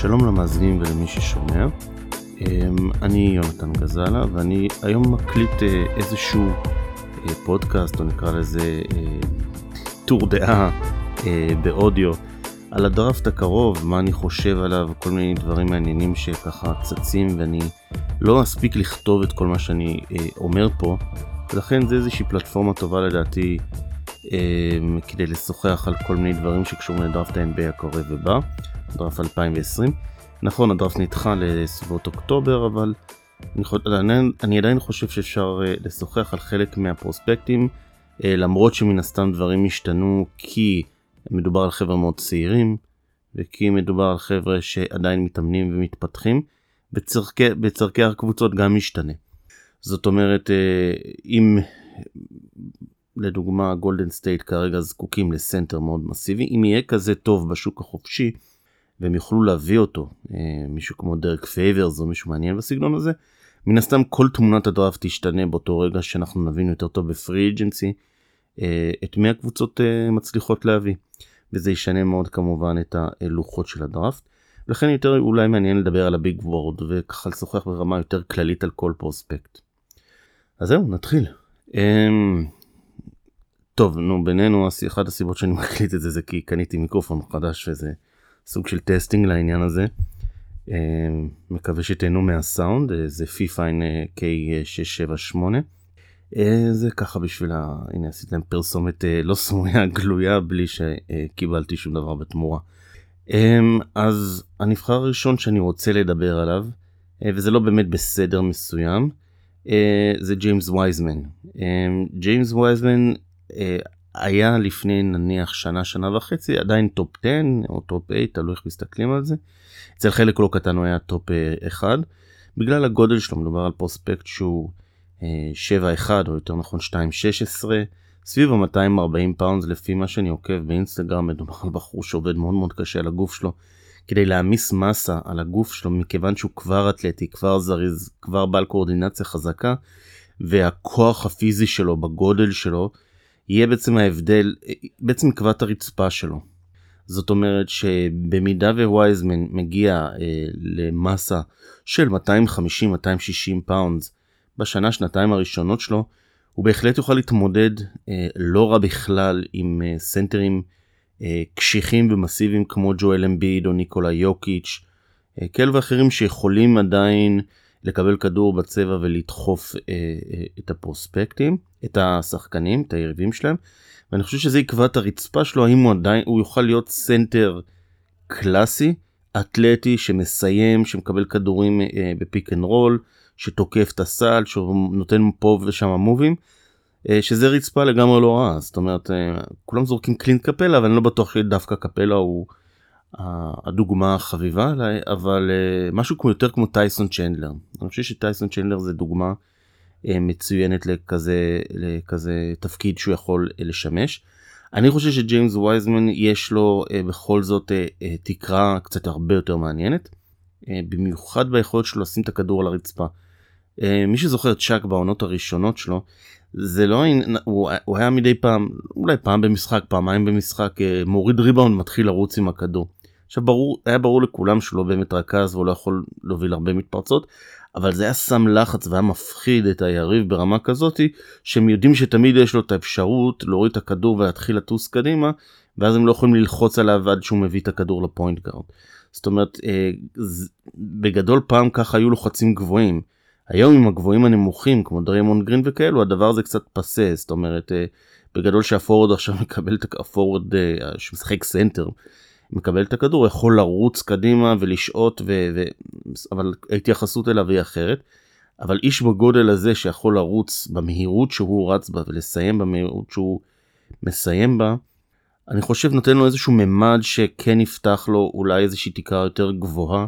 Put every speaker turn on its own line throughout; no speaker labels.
שלום למאזינים ולמי ששומע. אני יונתן גזלה ואני היום מקליט איזשהו פודקאסט, או נקרא לזה טור דעה באודיו על הדראפט הקרוב, מה אני חושב עליו, כל מיני דברים מעניינים שככה צצים, ואני לא אספיק לכתוב את כל מה שאני אומר פה, ולכן זה איזושהי פלטפורמה טובה לדעתי כדי לשוחח על כל מיני דברים שקשורים לדראפט ה-NBA הקרוב ובא, דראפט 2020. נכון, הדראפט נדחה לסביבות אוקטובר, אבל אני עדיין חושב שאפשר לשוחח על חלק מהפרוספקטים, למרות שמן הסתם דברים השתנו, כי מדובר על חבר'ה מאוד צעירים, וכי מדובר על חבר'ה שעדיין מתאמנים ומתפתחים, בצרכי הקבוצות גם משתנה. זאת אומרת, אם לדוגמה גולדן סטייט כרגע זקוקים לסנטר מאוד מסיבי, אם יהיה כזה טוב בשוק החופשי, והם יוכלו להביא אותו, מישהו כמו דרק פייברס או מישהו מעניין בסגנון הזה, מן הסתם כל תמונת הדראפט תשתנה באותו רגע שאנחנו נבין יותר טוב בפרי אג'נסי, את מי הקבוצות מצליחות להביא. וזה ישנה מאוד כמובן את הלוחות של הדראפט. ולכן יותר אולי מעניין לדבר על הביג וורד, וככה לשוחח ברמה יותר כללית על כל פרוספקט. אז זהו, נתחיל. טוב, בינינו, אחת הסיבות שאני מקליט את זה, זה כי קניתי מיקרופון חדש, וזה סוג של טסטינג לעניין הזה. מקווה שתהנו מהסאונד, זה פיפיין K678. זה ככה בשביל הנה עשיתי להם פרסומת לא סמויה, גלויה, בלי שקיבלתי שום דבר בתמורה. אז הנבחר הראשון שאני רוצה לדבר עליו, וזה לא באמת בסדר מסוים, זה ג'יימס וייזמן. ג'יימס וייזמן היה לפני נניח שנה וחצי, עדיין טופ 10 או טופ 8, תלוי איך מסתכלים על זה. אצל חלק לא קטן הוא היה טופ 1, בגלל הגודל שלו. מדובר על פרוספקט שהוא 7-1 או יותר נכון 2-16, סביב ה-240 פאונדס. לפי מה שאני עוקב באינסטגרם, מדובר על בחור שעובד מאוד מאוד קשה על הגוף שלו, כדי להמיס מסה על הגוף שלו, מכיוון שהוא כבר אתלטי, כבר זריז, כבר בעל קואורדינציה חזקה, והכוח הפיזי שלו בגודל שלו, יהיה בעצם ההבדל, בעצם קבעת הרצפה שלו. זאת אומרת שבמידה ווייזמן מגיע למסה של 250-260 פאונדס בשנה-שנתיים הראשונות שלו, הוא בהחלט יוכל להתמודד לא רע בכלל עם סנטרים קשיחים ומסיביים כמו ג'ואל אמביד או ניקולה יוקיץ', כאלה ואחרים שיכולים עדיין לקבל כדור בצבע ולדחוף את הפרוספקטים, את השחקנים, את היריבים שלהם. ואני חושב שזה יקבע את הרצפה שלו, האם הוא יוכל להיות סנטר קלאסי, אתלטי, שמסיים, שמקבל כדורים בפיק אנד רול, שתוקף את הסל, שנותן פה ושם מובים, שזה רצפה לגמרי לא רע. זאת אומרת, כולם זורקים קלינט קפלה, אבל אני לא בטוח שדווקא קפלה הוא הדוגמה החביבה עליי, אבל משהו יותר כמו טייסון צ'נדלר. אני חושב שטייסון צ'נדלר זה דוגמה מצוינת לכזה תפקיד שהוא יכול לשמש. אני חושב שג'יימס וייזמן יש לו בכל זאת תקרה קצת הרבה יותר מעניינת, במיוחד ביכולת שלו לשים את הכדור על הרצפה. מי שזוכר את שק בעונות הראשונות שלו, זה לא, הוא היה מדי פעם, אולי פעם במשחק, פעמיים במשחק, מוריד ריבאונד, מתחיל לרוץ עם הכדור. עכשיו היה ברור לכולם שהוא לא באמת רכז, והוא לא יכול להוביל הרבה מתפרצות, אבל זה היה שם לחץ והיה מפחיד את היריב ברמה כזאת, שהם יודעים שתמיד יש לו את האפשרות להוריד את הכדור ולהתחיל לטוס קדימה, ואז הם לא יכולים ללחוץ עליו עד שהוא מביא את הכדור לפוינט גארד. זאת אומרת, בגדול פעם ככה היו לוחצים גבוהים. היום עם הגבוהים הנמוכים, כמו דריימונד גרין וכאלו, הדבר הזה קצת פסה. זאת אומרת, בגדול שהפורוורד עכשיו מקבל את הפורוורד שמשחק סנטר, מקבל את הכדור, יכול לרוץ קדימה ולשעות, אבל ההתייחסות אליו היא אחרת. אבל איש בגודל הזה שיכול לרוץ במהירות שהוא רץ בה ולסיים במהירות שהוא מסיים בה, אני חושב נותן לו איזשהו ממד שכן יפתח לו אולי איזושהי תקרה יותר גבוהה.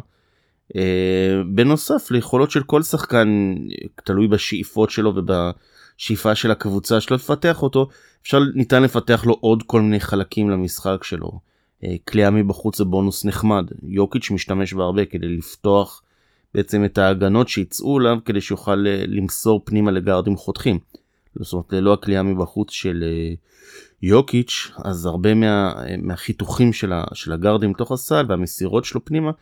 בנוסף ליכולות של כל שחקן, תלוי בשאיפות שלו ובשאיפה של הקבוצה שלו לפתח אותו, ניתן לפתח לו עוד כל מיני חלקים למשחק שלו. קליעה מבחוץ זה בונוס נחמד. יוקיץ' משתמש בהרבה כדי לפתוח בעצם את ההגנות שיצאו אליו, כדי שיוכל למסור פנימה לגארדים חותכים. זאת אומרת, ללא הקליעה מבחוץ של יוקיץ', אז הרבה מהחיתוכים של הגארדים תוך הסל והמסירות שלו פנימה,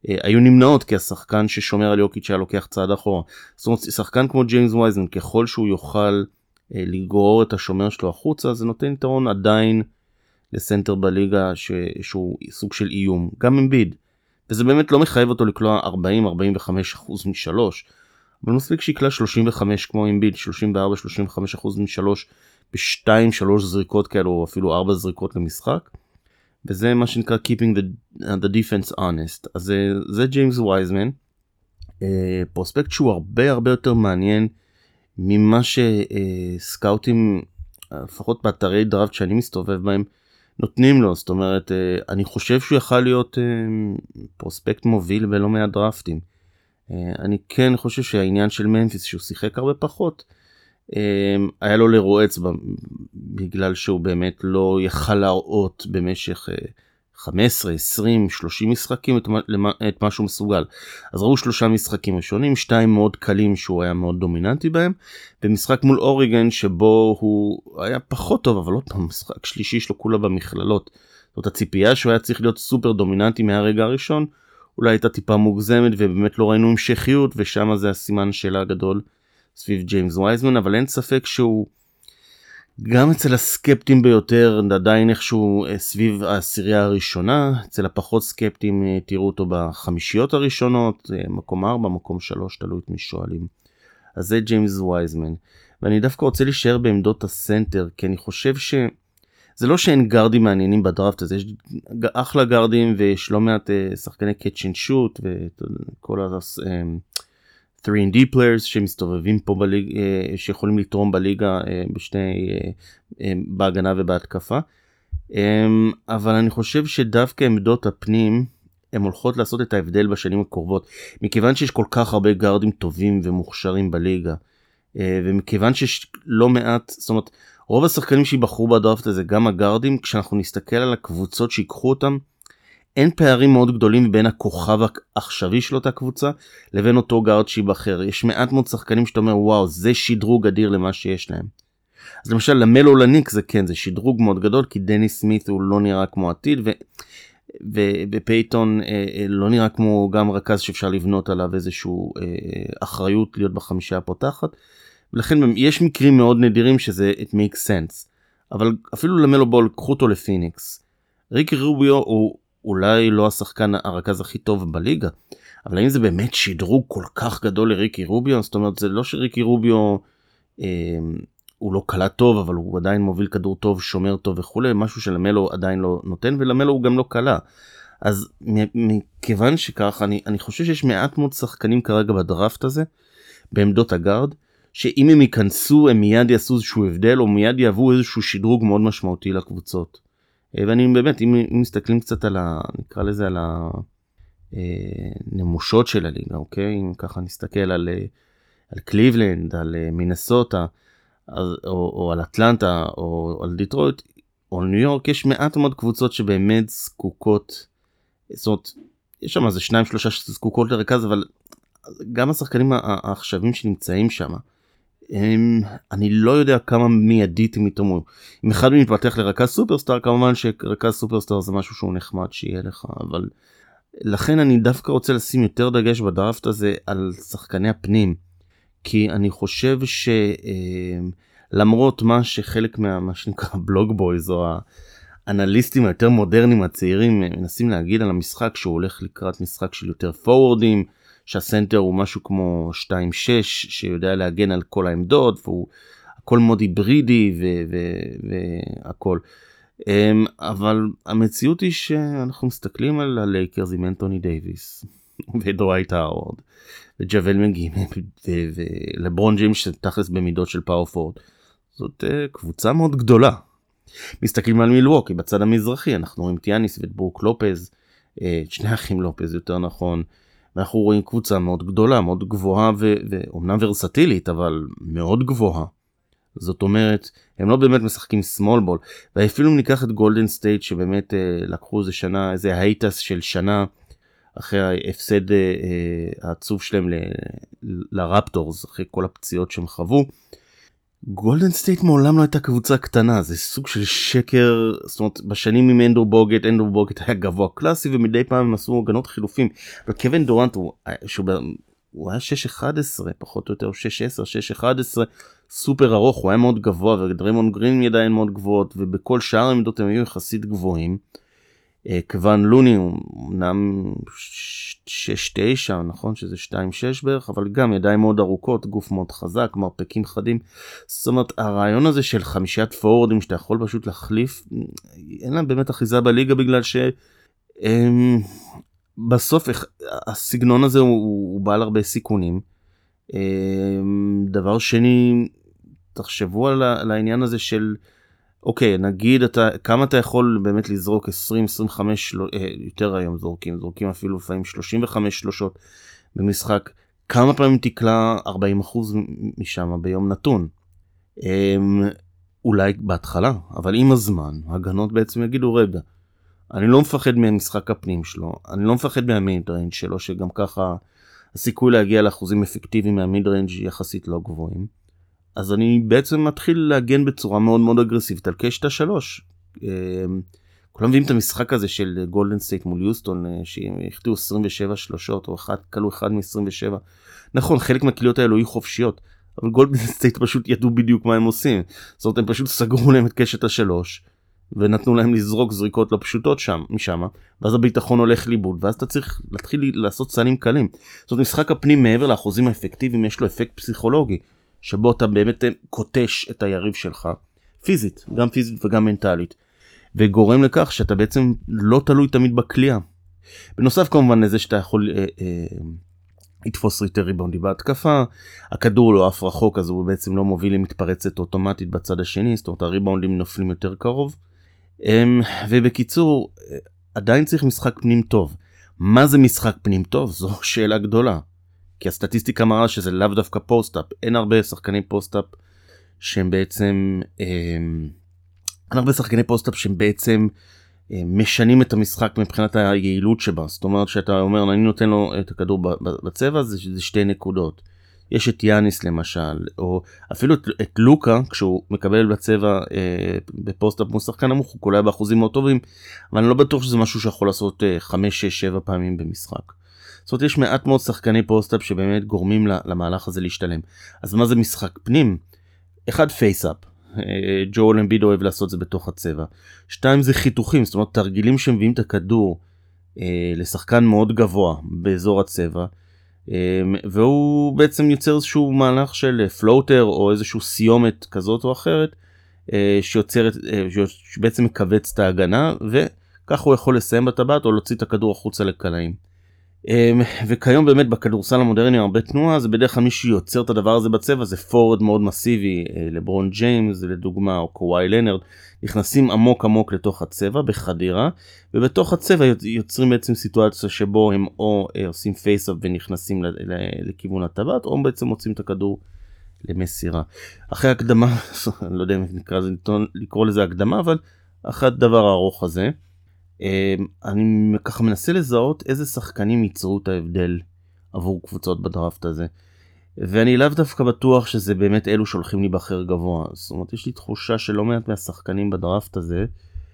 היו נמנעות, כי השחקן ששומר על יוקיץ' היה לוקח צעד אחורה. זאת אומרת, שחקן כמו ג'יימס וייזמן, ככל שהוא יוכל לגרור את השומר שלו החוצה, זה נותן יתרון עדיין לסנטר בליגה שהוא סוג של איום, גם אמביד. וזה באמת לא מחייב אותו לקלוע 40-45% משלוש, אבל מספיק שיקלה 35 כמו אמביד, 34-35% משלוש, ב2-3 זריקות כאלו, או אפילו 4 זריקות למשחק. וזה מה שנקרא keeping the defense honest. אז זה ג'יימס וייזמן, פרוספקט שהוא הרבה יותר מעניין ממה שסקאוטים, לפחות באתרי דראפט שאני מסתובב בהם, נותנים לו. זאת אומרת, אני חושב שהוא יכל להיות פרוספקט מוביל ולא מהדראפטים. אני כן חושב שהעניין של ממפיס, שהוא שיחק הרבה פחות, היה לו לרועץ בגלל שהוא באמת לא יכל להראות במשך 15, 20, 30 משחקים את מה שהוא מסוגל. אז ראו 3 משחקים ראשונים, 2 מאוד קלים שהוא היה מאוד דומיננטי בהם, במשחק מול אוריגן שבו הוא היה פחות טוב, אבל עוד פעם, משחק שלישי שלו כולה במכללות. זאת הציפייה שהוא היה צריך להיות סופר דומיננטי מהרגע הראשון, אולי הייתה טיפה מוגזמת ובאמת לא ראינו המשכיות, ושם זה הסימן שאלה הגדול סביב ג'יימס וייזמן, אבל אין ספק שהוא גם אצל הסקפטים ביותר עדיין איכשהו סביב העשירייה הראשונה, אצל הפחות סקפטים תראו אותו בחמישיות הראשונות, מקום 4, מקום 3, תלוי את מי שואלים. אז זה ג'יימס וייזמן, ואני דווקא רוצה להישאר בעמדות הסנטר, כי אני חושב זה לא שאין גארדים מעניינים בדראפט הזה, יש אחלה גארדים ויש לא מעט שחקני catch and shoot וכל 3&D players שמסתובבים פה בליגה, שיכולים לתרום בליגה בהגנה ובהתקפה. אבל אני חושב שדווקא עמדות הפנים הן הולכות לעשות את ההבדל בשנים הקרובות, מכיוון שיש כל כך הרבה גארדים טובים ומוכשרים בליגה, ומכיוון שיש לא מעט, זאת אומרת, רוב השחקנים שיבחרו בדראפט הזה, גם הגארדים, כשאנחנו נסתכל על הקבוצות שיקחו אותם, אין פערים מאוד גדולים בין הכוכב העכשווי של אותה קבוצה, לבין אותו גארד שיבחר. יש מעט מאוד שחקנים שאתה אומר, וואו, זה שדרוג אדיר למה שיש להם. אז למשל, למלו לניק זה כן, זה שדרוג מאוד גדול, כי דני סמית הוא לא נראה כמו עתיד, ופייטון לא נראה כמו גם רכז שאפשר לבנות עליו איזשהו אחריות להיות בחמישה הפותחת, ולכן יש מקרים מאוד נדירים שזה it makes sense. אבל אפילו למלו בול, קחו אותו לפיניקס. ריקי רוביו הוא אולי לא השחקן הרכז הכי טוב בליגה, אבל האם זה באמת שדרוג כל כך גדול לריקי רוביו? זאת אומרת, זה לא שריקי רוביו הוא לא קלה טוב, אבל הוא עדיין מוביל כדור טוב, שומר טוב וכו', משהו שלמלו עדיין לא נותן, ולמלו הוא גם לא קלה. אז מכיוון שכך, אני חושב שיש מעט מאוד שחקנים כרגע בדראפט הזה, בעמדות הגארד, שאם הם ייכנסו, הם מיד יעשו איזשהו הבדל, או מיד יעבו איזשהו שדרוג מאוד משמעותי לקבוצות. ואני באמת, אם מסתכלים קצת על נקרא לזה על הנמושות של הליגה, אוקיי? אם ככה נסתכל על קליבלנד, על מינסוטה, או על אטלנטה, או על דיטרויט, או על ניו יורק, יש מעט מאוד קבוצות שבאמת זקוקות, זאת אומרת, יש שם איזה 2-3 שזקוקות לרכז, אבל גם השחקנים העכשווים שנמצאים שם, אני לא יודע כמה מיידית הם יתרמו. אם אחד מתפתח לרכז סופרסטאר, כמובן שרכז סופרסטאר זה משהו שהוא נחמד שיהיה לך, אבל לכן אני דווקא רוצה לשים יותר דגש בדראפט הזה על שחקני הפנים, כי אני חושב שלמרות מה שחלק מה שנקרא בלוג בויז, או האנליסטים היותר מודרניים הצעירים מנסים להגיד על המשחק, שהוא הולך לקראת משחק של יותר פורורדים, שהסנטר הוא משהו כמו 2-6 שיודע להגן על כל העמדות, והוא הכל מאוד היברידי והכל. אבל המציאות היא שאנחנו מסתכלים על הלייקרס עם אנטוני דייביס ודווייט האוורד וג'אבל מגי ולברון ג'יימס שתכלס במידות של פאור פורד. זאת קבוצה מאוד גדולה. מסתכלים על מילווקי בצד המזרחי, אנחנו רואים טיאניס וברוק לופז, שני אחים לופז יותר נכון, ואנחנו רואים קבוצה מאוד גדולה, מאוד גבוהה, ואומנם ורסטילית, אבל מאוד גבוהה. זאת אומרת, הם לא באמת משחקים סמול בול, ואפילו אם ניקח את גולדן סטייט, שבאמת לקחו איזה שנה, איזה הייטס של שנה, אחרי ההפסד העצוב שלהם לרפטורס, אחרי כל הפציעות שהם חוו, גולדן סטייט מעולם לא הייתה קבוצה קטנה, זה סוג של שקר. זאת אומרת, בשנים עם אנדרו בוגט היה גבוה קלאסי, ומדי פעם הם עשו הגנות חילופים. אבל קווין דורנט הוא היה 6-11 פחות או יותר, 6-10, 6-11, סופר ארוך, הוא היה מאוד גבוה, ודריימונד גרין ידיים מאוד גבוהות, ובכל שאר העמדות הם היו יחסית גבוהים. קוון לוני הוא אמנם 6-9, נכון שזה 2-6 בערך, אבל גם ידיים מאוד ארוכות, גוף מאוד חזק, מרפקים חדים. זאת אומרת, הרעיון הזה של חמישיית פורורדים שאתה יכול פשוט להחליף, אין להם באמת אחיזה בליגה, בגלל בסוף הסגנון הזה הוא בעל הרבה סיכונים. דבר שני, תחשבו על העניין הזה של, אוקיי, נגיד כמה אתה יכול באמת לזרוק 20, 25, יותר היום זורקים אפילו לפעמים 35 שלושות במשחק, כמה פעמים תקלה 40% משם ביום נתון. אולי בהתחלה, אבל עם הזמן, הגנות בעצם יגידו, רגע, אני לא מפחד מהמשחק הפנים שלו, אני לא מפחד מהמיד-ריינג' שלו, שגם ככה הסיכוי להגיע לאחוזים אפקטיביים מהמיד-ריינג' יחסית לא גבוהים. אז אני בעצם מתחיל להגן בצורה מאוד מאוד אגרסיבית על קשת השלוש. כולם מביאים את המשחק הזה של גולדן סטייט מול יוסטון, שהחטיאו 27 שלושות, או כלו אחד מ-27. נכון, חלק מהקליעות האלו היו חופשיות, אבל גולדן סטייט פשוט ידעו בדיוק מה הם עושים. זאת אומרת, הם פשוט סגרו להם את קשת השלוש, ונתנו להם לזרוק זריקות לא פשוטות משם, ואז הביטחון הולך ליבוד, ואז אתה צריך להתחיל לעשות סנים קלים. זאת אומרת, משחק הפנים מעבר לאחוזים האפקטיביים, יש לו אפקט פסיכולוגי, שבו אתה באמת קוטש את היריב שלך, פיזית, גם פיזית וגם מנטלית, וגורם לכך שאתה בעצם לא תלוי תמיד בקליעה. בנוסף כמובן לזה שאתה יכול לתפוס יותר ריבאונדי בהתקפה, הכדור לא עף רחוק, אז הוא בעצם לא מוביל למתפרצת אוטומטית בצד השני, זאת אומרת הריבאונדים נופלים יותר קרוב. ובקיצור, עדיין צריך משחק פנים טוב. מה זה משחק פנים טוב? זו שאלה גדולה. כי הסטטיסטיקה מראה שזה לאו דווקא פוסט-אפ. אין הרבה שחקני פוסט-אפ שהם בעצם, משנים את המשחק מבחינת היעילות שבה. זאת אומרת שאתה אומר, אני נותן לו את הכדור בצבע, זה 2 נקודות. יש את יאניס למשל, או אפילו את לוקה, כשהוא מקבל בצבע בפוסט-אפ מול שחקן נמוך, הוא קולע באחוזים מאוד טובים, אבל אני לא בטוח שזה משהו שיכול לעשות 5, 6, 7 פעמים במשחק. זאת אומרת, יש מעט מאוד שחקני פוסט-אפ שבאמת גורמים למהלך הזה להשתלם. אז מה זה משחק פנים? 1, פייס-אפ. ג'ואל אמביד אוהב לעשות זה בתוך הצבע. 2, זה חיתוכים, זאת אומרת, תרגילים שמביאים את הכדור לשחקן מאוד גבוה באזור הצבע, והוא בעצם יוצר איזשהו מהלך של פלוטר או איזשהו סיומת כזאת או אחרת, שבעצם מקבץ את ההגנה, וכך הוא יכול לסיים בטבעת או להוציא את הכדור החוצה לקלעים. וכיום באמת בכדורסל המודרני הרבה תנועה, זה בדרך כלל מי שיוצר את הדבר הזה בצבע, זה פורד מאוד מסיבי, לברון ג'יימס לדוגמה, או קוואי לנרד, נכנסים עמוק עמוק לתוך הצבע בחדירה, ובתוך הצבע יוצרים בעצם סיטואציה שבו הם או עושים פייס-אפ ונכנסים לכיוון הטבעת, או בעצם מוצאים את הכדור למסירה. אחרי הקדמה, אני לא יודע אם לקרוא לזה הקדמה, אבל אחרי הדבר הארוך הזה, אני ככה מנסה לזהות איזה שחקנים ייצרו את ההבדל עבור קבוצות בדראפט הזה, ואני לאו דווקא בטוח שזה באמת אלו שהולכים להיבחר גבוה. זאת אומרת, יש לי תחושה שלא מעט מהשחקנים בדראפט הזה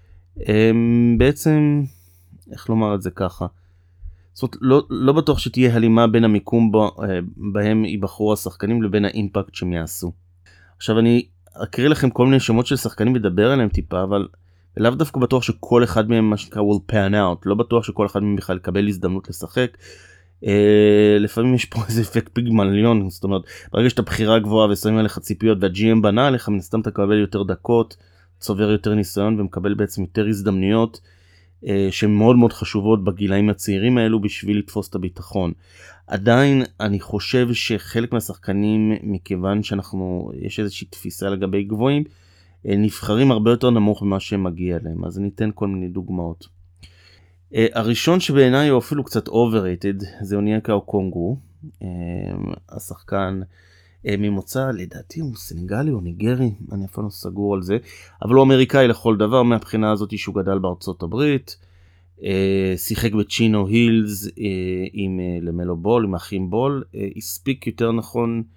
בעצם, איך לומר את זה ככה, זאת אומרת, לא בטוח שתהיה הלימה בין המיקום בהם ייבחרו השחקנים לבין האימפקט שהם יעשו. עכשיו אני אקריא לכם כל מיני שמות של שחקנים ודבר עליהם טיפה, אבל לאו דווקא בטוח שכל אחד מהם מה שנקרא will pan out, לא בטוח שכל אחד מהם בכלל יקבל הזדמנות לשחק. לפעמים יש פה איזה אפקט פיגמליון, זאת אומרת, ברגע שאתה בחירה גבוהה ושמים עליך ציפיות והGM בנה עליך, מן הסתם אתה קבל יותר דקות, צובר יותר ניסיון ומקבל בעצם יותר הזדמנויות שהן מאוד מאוד חשובות בגילאים הצעירים האלו בשביל לתפוס את הביטחון. עדיין אני חושב שחלק מהשחקנים, מכיוון יש איזושהי תפיסה לגבי גבוהים, נבחרים הרבה יותר נמוך ממה שמגיע להם. אז אני אתן כל מיני דוגמאות. הראשון שבעיניי הוא אפילו קצת overrated, זה אוניאקה אוקונגו. השחקן ממוצא, לדעתי הוא סנגלי או ניגרי, אני אפילו לא סגור על זה, אבל הוא אמריקאי לכל דבר, מהבחינה הזאת שהוא גדל בארצות הברית, שיחק בצ'ינו הילס עם למלו בול, עם אחים בול, הספיק יותר נכון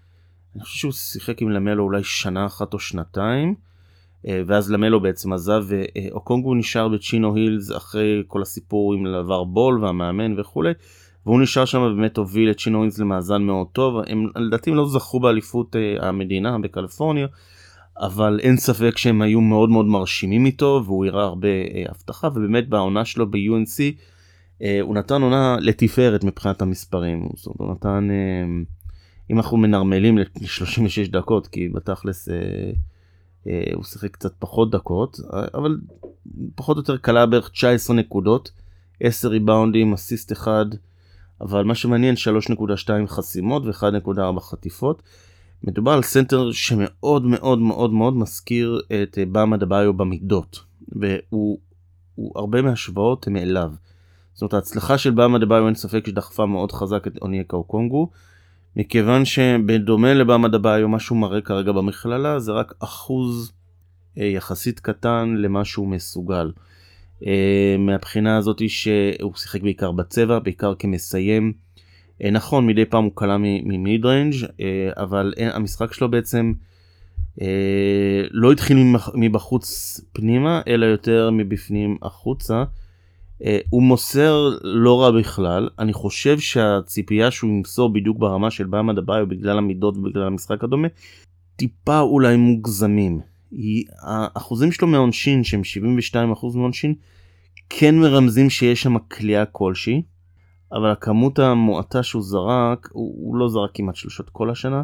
אני חושב שהוא שיחק עם למלו אולי שנה אחת או שנתיים, ואז למלו בעצם עזב, ואוקונגו נשאר בצ'ינו הילס אחרי כל הסיפור עם לבר בול והמאמן וכו', והוא נשאר שם ובאמת הוביל את צ'ינו הילס למאזן מאוד טוב. הם לדעתי לא זכו באליפות המדינה בקליפורניה, אבל אין ספק שהם היו מאוד מאוד מרשימים איתו, והוא הראה הרבה הבטחה, ובאמת בעונה שלו ב-UNC, הוא נתן עונה לתפארת מבחינת המספרים. הוא נתן, אם אנחנו מנרמלים ל-36 דקות, כי בתכלס הוא שיחק קצת פחות דקות, אבל פחות או יותר קלה בערך 19 נקודות, 10 ריבאונדים, אסיסט אחד, אבל מה שמעניין 3.2 חסימות ו-1.4 חטיפות. מדובר על סנטר שמאוד מאוד מאוד מאוד מזכיר את באמה דבאיו במידות, והוא הרבה מהשוואות הם אליו. זאת אומרת, ההצלחה של באמה דבאיו אין ספק שדחפה מאוד חזק את אוניאקה אוקונגו, מכיוון שבדומה לבאמה דבאיו, מה שהוא מראה כרגע במכללה זה רק אחוז יחסית קטן למה שהוא מסוגל. מהבחינה הזאת שהוא שיחק בעיקר בצבע, בעיקר כמסיים. נכון, מדי פעם הוא קלה ממיד ריינג', אבל המשחק שלו בעצם לא התחיל מבחוץ פנימה, אלא יותר מבפנים החוצה. הוא מוסר לא רע בכלל. אני חושב שהציפייה שהוא ימסור בדיוק ברמה של באמה דבאיו בגלל המידות ובגלל המשחק הדומה, טיפה אולי מוגזמים. האחוזים שלו מהעונשין, שהם 72% מהעונשין, כן מרמזים שיש שם קליעה כלשהי, אבל הכמות המועטה שהוא זרק, הוא לא זרק כמעט שלושות כל השנה.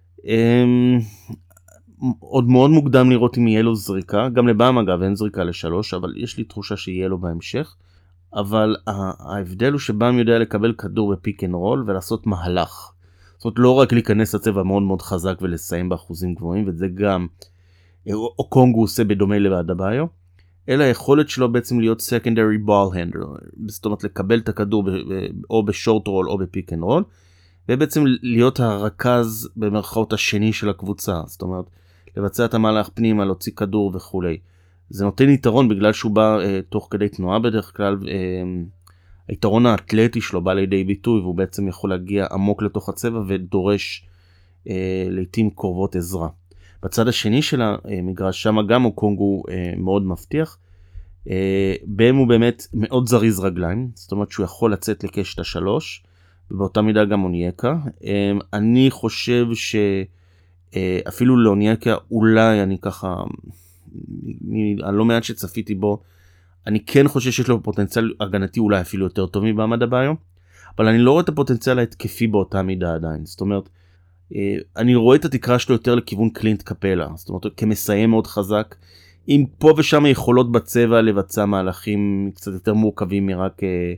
עוד מאוד מוקדם לראות אם יהיה לו זריקה, גם לבאם אגב אין זריקה לשלוש, אבל יש לי תחושה שיהיה לו בהמשך. אבל ההבדל הוא שבאם יודע לקבל כדור בפיק אנד רול ולעשות מהלך. זאת אומרת, לא רק להיכנס לצבע מאוד מאוד חזק ולסיים באחוזים גבוהים, וזה גם אוקונגו עושה בדומה לבאדבאיו, אלא היכולת שלו בעצם להיות secondary ball handler, זאת אומרת לקבל את הכדור או בשורט רול או בפיק אנד רול, ובעצם להיות הרכז במרכאות השני של הקבוצה, זאת אומרת לבצע את המהלך פנימה, להוציא כדור וכו'. זה נותן יתרון בגלל שהוא בא תוך כדי תנועה בדרך כלל, היתרון האתלטי שלו בא לידי ביטוי, והוא בעצם יכול להגיע עמוק לתוך הצבע ודורש לעתים קרובות עזרה. בצד השני של המגרש, שם גם אוקונגו מאוד מבטיח, בהם הוא באמת מאוד זריז רגליים, זאת אומרת שהוא יכול לצאת לקשת השלוש, ובאותה מידה גם אוניאקה. אני חושב שאפילו לאוניאקה אולי אני ככה, אני לא מעט שצפיתי בו, אני כן חושב שיש לו פוטנציאל הגנתי אולי אפילו יותר טוב מבאם אדבאיו, אבל אני לא רואה את הפוטנציאל ההתקפי באותה מידה עדיין. זאת אומרת, אני רואה את התקרה שלו יותר לכיוון קלינט קפלה, זאת אומרת כמסיים מאוד חזק, עם פה ושם יכולות בצבע לבצע מהלכים קצת יותר מורכבים מרק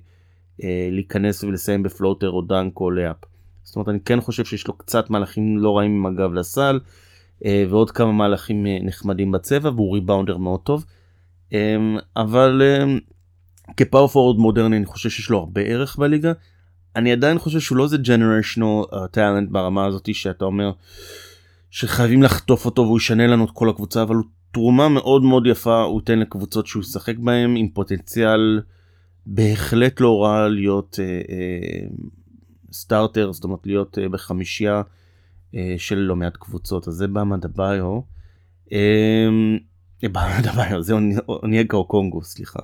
להיכנס ולסיים בפלוטר או דנק או לאפ. זאת אומרת, אני כן חושב שיש לו קצת מהלכים לא רעים עם הגב לסל, ועוד כמה מהלכים נחמדים בצבע, והוא ריבאונדר מאוד טוב. אבל כפאור פורוורד מודרני אני חושב שיש לו הרבה ערך בליגה. אני עדיין חושב שהוא לא איזה generational talent ברמה הזאת שאתה אומר שחייבים לחטוף אותו והוא ישנה לנו את כל הקבוצה, אבל הוא תרומה מאוד מאוד יפה, הוא ייתן לקבוצות שהוא ישחק בהם עם פוטנציאל בהחלט לא רע להיות סטארטר, זאת אומרת להיות בחמישייה של לא מעט קבוצות. אז זה באם אדבאיו. זה אוניאקה אוקונגו, סליחה.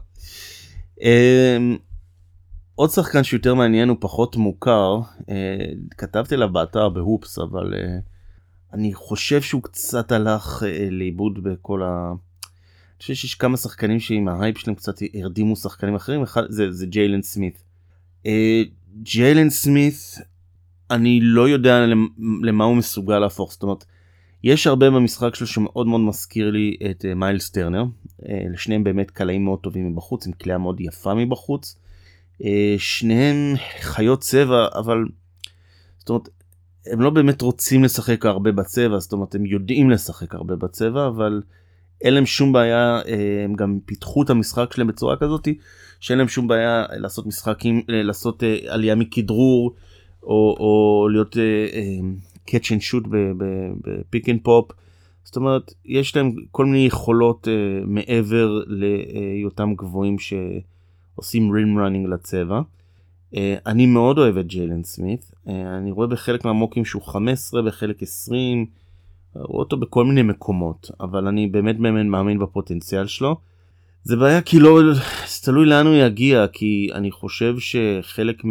עוד שחקן שיותר מעניין הוא פחות מוכר, כתבתי לה באתר בהופס, אבל אני חושב שהוא קצת הלך לאיבוד בכל אני חושב שיש כמה שחקנים שעם ההייפ שלהם קצת הרדימו שחקנים אחרים. אחד זה ג'יילן סמית. ג'יילן סמית, אני לא יודע למה הוא מסוגל להפוך. זאת אומרת, יש הרבה במשחק שלו שמאוד מאוד מזכיר לי את מיילס טרנר. לשניהם באמת קלעים מאוד טובים מבחוץ, עם קליעה מאוד יפה מבחוץ. שניהם חיות צבע, אבל זאת אומרת, הם לא באמת רוצים לשחק הרבה בצבע, זאת אומרת, הם יודעים לשחק הרבה בצבע, אבל אין להם שום בעיה, הם גם פיתחו את המשחק שלהם בצורה כזאת, שאין להם שום בעיה לעשות משחקים, לעשות עלייה מכדרור, או להיות catch and shoot בפיק אנד פופ. זאת אומרת, יש להם כל מיני יכולות מעבר להיותם גבוהים שעושים rim running לצבע. אני מאוד אוהב את ג'יילן סמית, אני רואה בחלק מהמוקים שהוא 15, בחלק 20, רואה אותו בכל מיני מקומות, אבל אני באמת מאמין בפוטנציאל שלו. זה בעיה כי לא, זה תלוי לאן הוא יגיע, כי אני חושב שחלק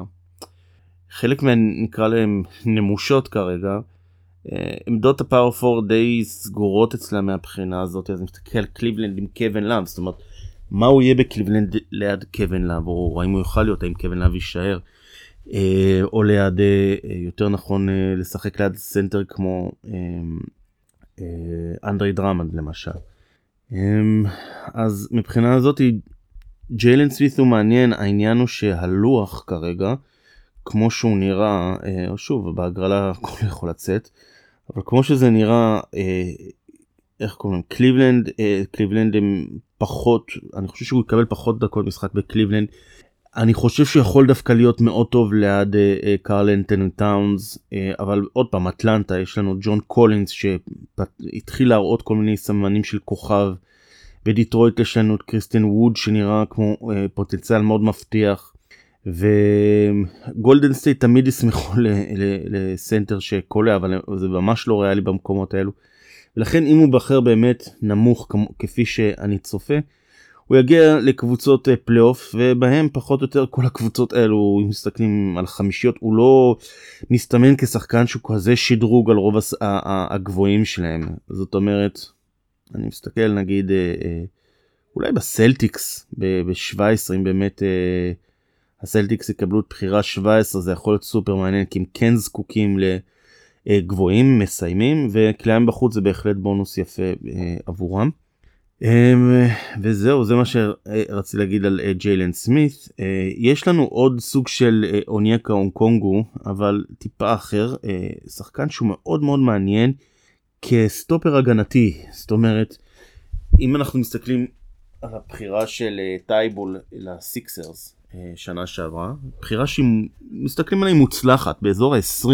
נקרא להם נמושות כרגע, עמדות הפאור פור די סגורות אצלה מהבחינה הזאת. אז מסתכל על קליבלנד עם קווין לאב, זאת אומרת, מה הוא יהיה בקליבלנד ליד קווין לאב, או האם הוא יוכל להיות, האם קווין לאב יישאר, או ליד, יותר נכון לשחק ליד סנטר כמו אנדרי דרמנד למשל. אז מבחינה הזאת ג'יילן סמית הוא מעניין. העניין הוא שהלוח כרגע, כמו שהוא נראה, שוב בהגרלה הכל יכול לצאת, אבל כמו שזה נראה, איך קוראים? קליבלנד הם פחות, אני חושב שהוא יקבל פחות דקות משחק בקליבלנד. אני חושב שהוא יכול דווקא להיות מאוד טוב ליד קרל אנתוני טאונס, אבל עוד פעם, אטלנטה, יש לנו ג'ון קולינס שהתחיל להראות כל מיני סמנים של כוכב. בדיטרויט יש לנו את קריסטן ווד שנראה כמו פוטנציאל מאוד מבטיח. וגולדן סטייט תמיד ישמחו לסנטר שקולה, אבל זה ממש לא ריאלי במקומות האלו. ולכן אם הוא בחר באמת נמוך כפי שאני צופה, הוא יגיע לקבוצות פלייאוף, ובהם פחות או יותר כל הקבוצות האלו, אם מסתכלים על חמישיות, הוא לא מסתמן כשחקן שהוא כזה שדרוג על רוב הגבוהים שלהם. זאת אומרת, אני מסתכל נגיד, אולי בסלטיקס, ב-17, אם באמת הסלטיקס יקבלו את בחירה 17, זה יכול להיות סופר מעניין, כי הם כן זקוקים לגבוהים, מסיימים, וכליים בחוץ זה בהחלט בונוס יפה עבורם. וזהו, זה מה שרציתי להגיד על ג'יילן סמית. יש לנו עוד סוג של אונייקה אונקונגו, אבל טיפה אחר, שחקן שהוא מאוד מאוד מעניין כסטופר הגנתי. זאת אומרת, אם אנחנו מסתכלים על הבחירה של טייבול לסיקסרס שנה שעברה, בחירה שמסתכלים עליה מוצלחת, באזור ה-20,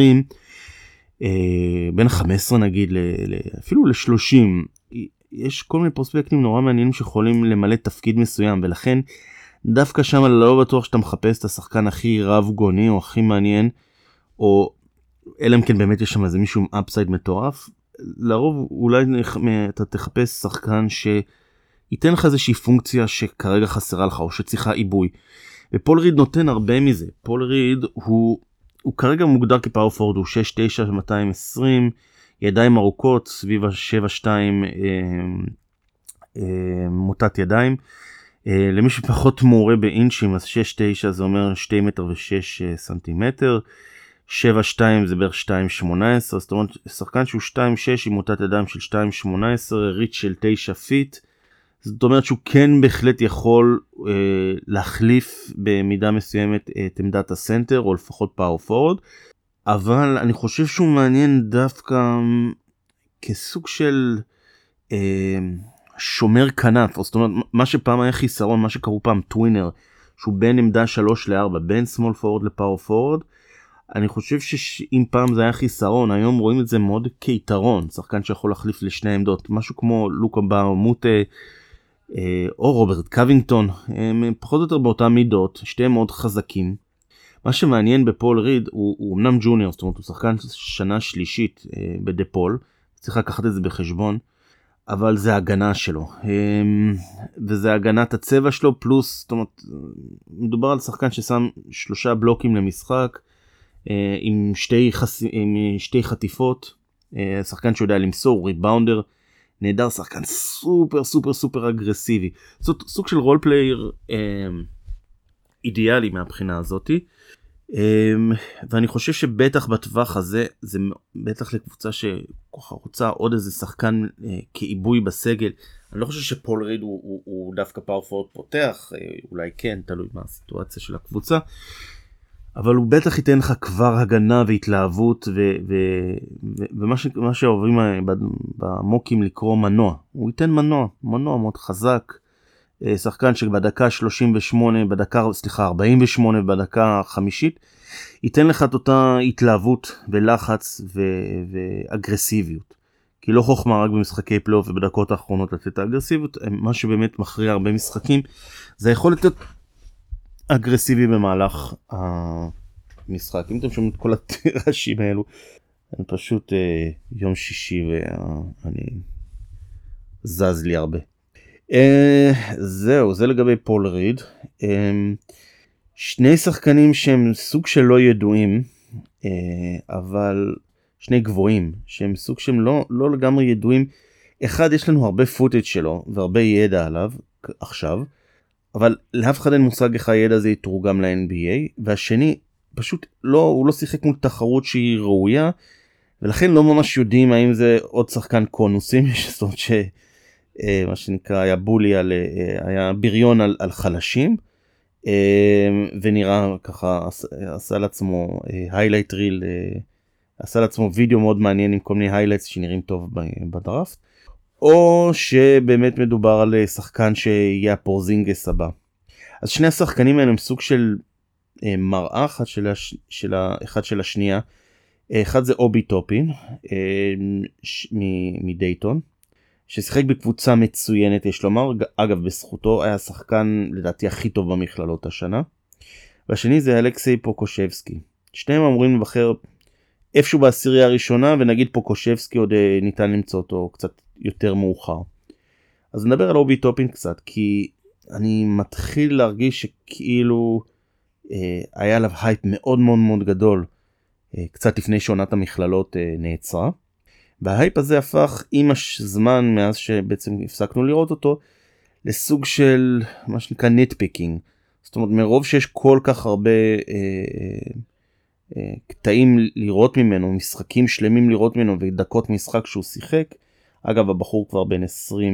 בין 15 נגיד, אפילו ל-30, יש כל מיני פרוספקטים נורא מעניינים שיכולים למלא תפקיד מסוים, ולכן דווקא שם לא בטוח שאתה מחפש את השחקן הכי רב גוני או הכי מעניין, או אלא אם כן באמת יש שם איזה מישהו עם אפסייד מטורף. לרוב אולי אתה תחפש שחקן שייתן לך איזושהי פונקציה שכרגע חסרה לך או שצריכה עיבוי, ופול ריד נותן הרבה מזה. פול ריד הוא כרגע מוגדר כפאור פורד, הוא 6-9 220, ידיים ארוכות, סביב ה-7-2 מוטת ידיים. למי שפחות מעורה באינצ'ים, אז 6-9 זה אומר 2 מטר ו6 סנטימטר, 7-2 זה בערך 2.18, זאת אומרת שחקן שהוא 2.6 עם מוטת ידיים של 2.18, ריץ' של 9 פיט. זאת אומרת שהוא כן בהחלט יכול להחליף במידה מסוימת את עמדת הסנטר, או לפחות פאור פורד. אבל אני חושב שהוא מעניין דווקא כסוג של שומר כנף, זאת אומרת מה שפעם היה חיסרון, מה שקראו פעם טווינר, שהוא בין עמדה 3-4, בין סמול פורד לפאור פורד. אני חושב שאם פעם זה היה חיסרון, היום רואים את זה מאוד כיתרון, שחקן שיכול להחליף לשני עמדות, משהו כמו לוקה באומוטה או רוברט קווינגטון, הם פחות או יותר באותה מידות, שתיהם מאוד חזקים. מה שמעניין בפול ריד, הוא אמנם ג'וניור, זאת אומרת הוא שחקן שנה שלישית בדפול, צריך לקחת את זה בחשבון, אבל זה ההגנה שלו, וזה הגנת הצבע שלו, פלוס, זאת אומרת, מדובר על שחקן ששם 3 בלוקים למשחק, עם שתי חטיפות, שחקן שיודע למסור, ריבאונדר, נהדר, שחקן סופר סופר סופר אגרסיבי, זאת סוג של רול פלייר אידיאלי מהבחינה הזאת. ואני חושב שבטח בטווח הזה, זה בטח לקבוצה שככה רוצה עוד איזה שחקן כעיבוי בסגל. אני לא חושב שפול ריד הוא דווקא פאור פורד פותח, אולי כן, תלוי מה הסיטואציה של הקבוצה, אבל הוא בטח ייתן לך כבר הגנה והתלהבות, ומה שעוברים במוקים לקרוא מנוע, הוא ייתן מנוע מאוד חזק, שחקן שבדקה 48, בדקה 50, ייתן לך את אותה התלהבות ולחץ ואגרסיביות. כי לא חוכמה רק במשחקי פלייאוף ובדקות האחרונות לתת האגרסיביות, מה שבאמת מכריע הרבה משחקים, זה יכול לתת אגרסיבי במהלך המשחק. אם אתם שומעים את כל התרשים האלו, אני פשוט יום שישי ואני זז לי הרבה. זהו, זה לגבי פול ריד. שני שחקנים שהם סוג של לא ידועים, אבל שני גבוהים, שהם סוג שהם לא לגמרי ידועים. אחד, יש לנו הרבה פוטאג' שלו והרבה ידע עליו עכשיו, אבל לאף אחד אין מושג איך הידע הזה יתורגם ל-NBA, והשני פשוט הוא לא שיחק מול תחרות שהיא ראויה, ולכן לא ממש יודעים האם זה עוד שחקן קונוסים, זאת אומרת מה שנקרא היה בולי, היה בריון על חלשים, ונראה ככה, עשה לעצמו highlight reel, עשה לעצמו וידאו מאוד מעניין עם כל מיני highlights שנראים טוב בדראפט, או שבאמת מדובר על שחקן שיהיה הפורזינגס הבא. אז שני השחקנים האלה הם סוג של מראה אחד של השנייה. אחד זה אובי טופין מדייטון, ששיחק בקבוצה מצוינת, יש לומר, אגב בזכותו היה שחקן לדעתי הכי טוב במכללות השנה. והשני זה אלכסיי פוקושבסקי. שניהם אמורים לבחר איפשהו בעשירייה הראשונה, ונגיד פוקושבסקי עוד ניתן למצוא אותו קצת יותר מאוחר. אז נדבר על אובי טופין קצת, כי אני מתחיל להרגיש שכאילו היה עליו הייפ מאוד מאוד מאוד גדול, קצת לפני שעונת המכללות נעצרה. וההייפ הזה הפך עם הזמן, מאז שבעצם הפסקנו לראות אותו, לסוג של מה שנקרא נטפיקינג. זאת אומרת, מרוב שיש כל כך הרבה קטעים לראות ממנו, משחקים שלמים לראות ממנו, ודקות משחק שהוא שיחק. אגב, הבחור כבר בין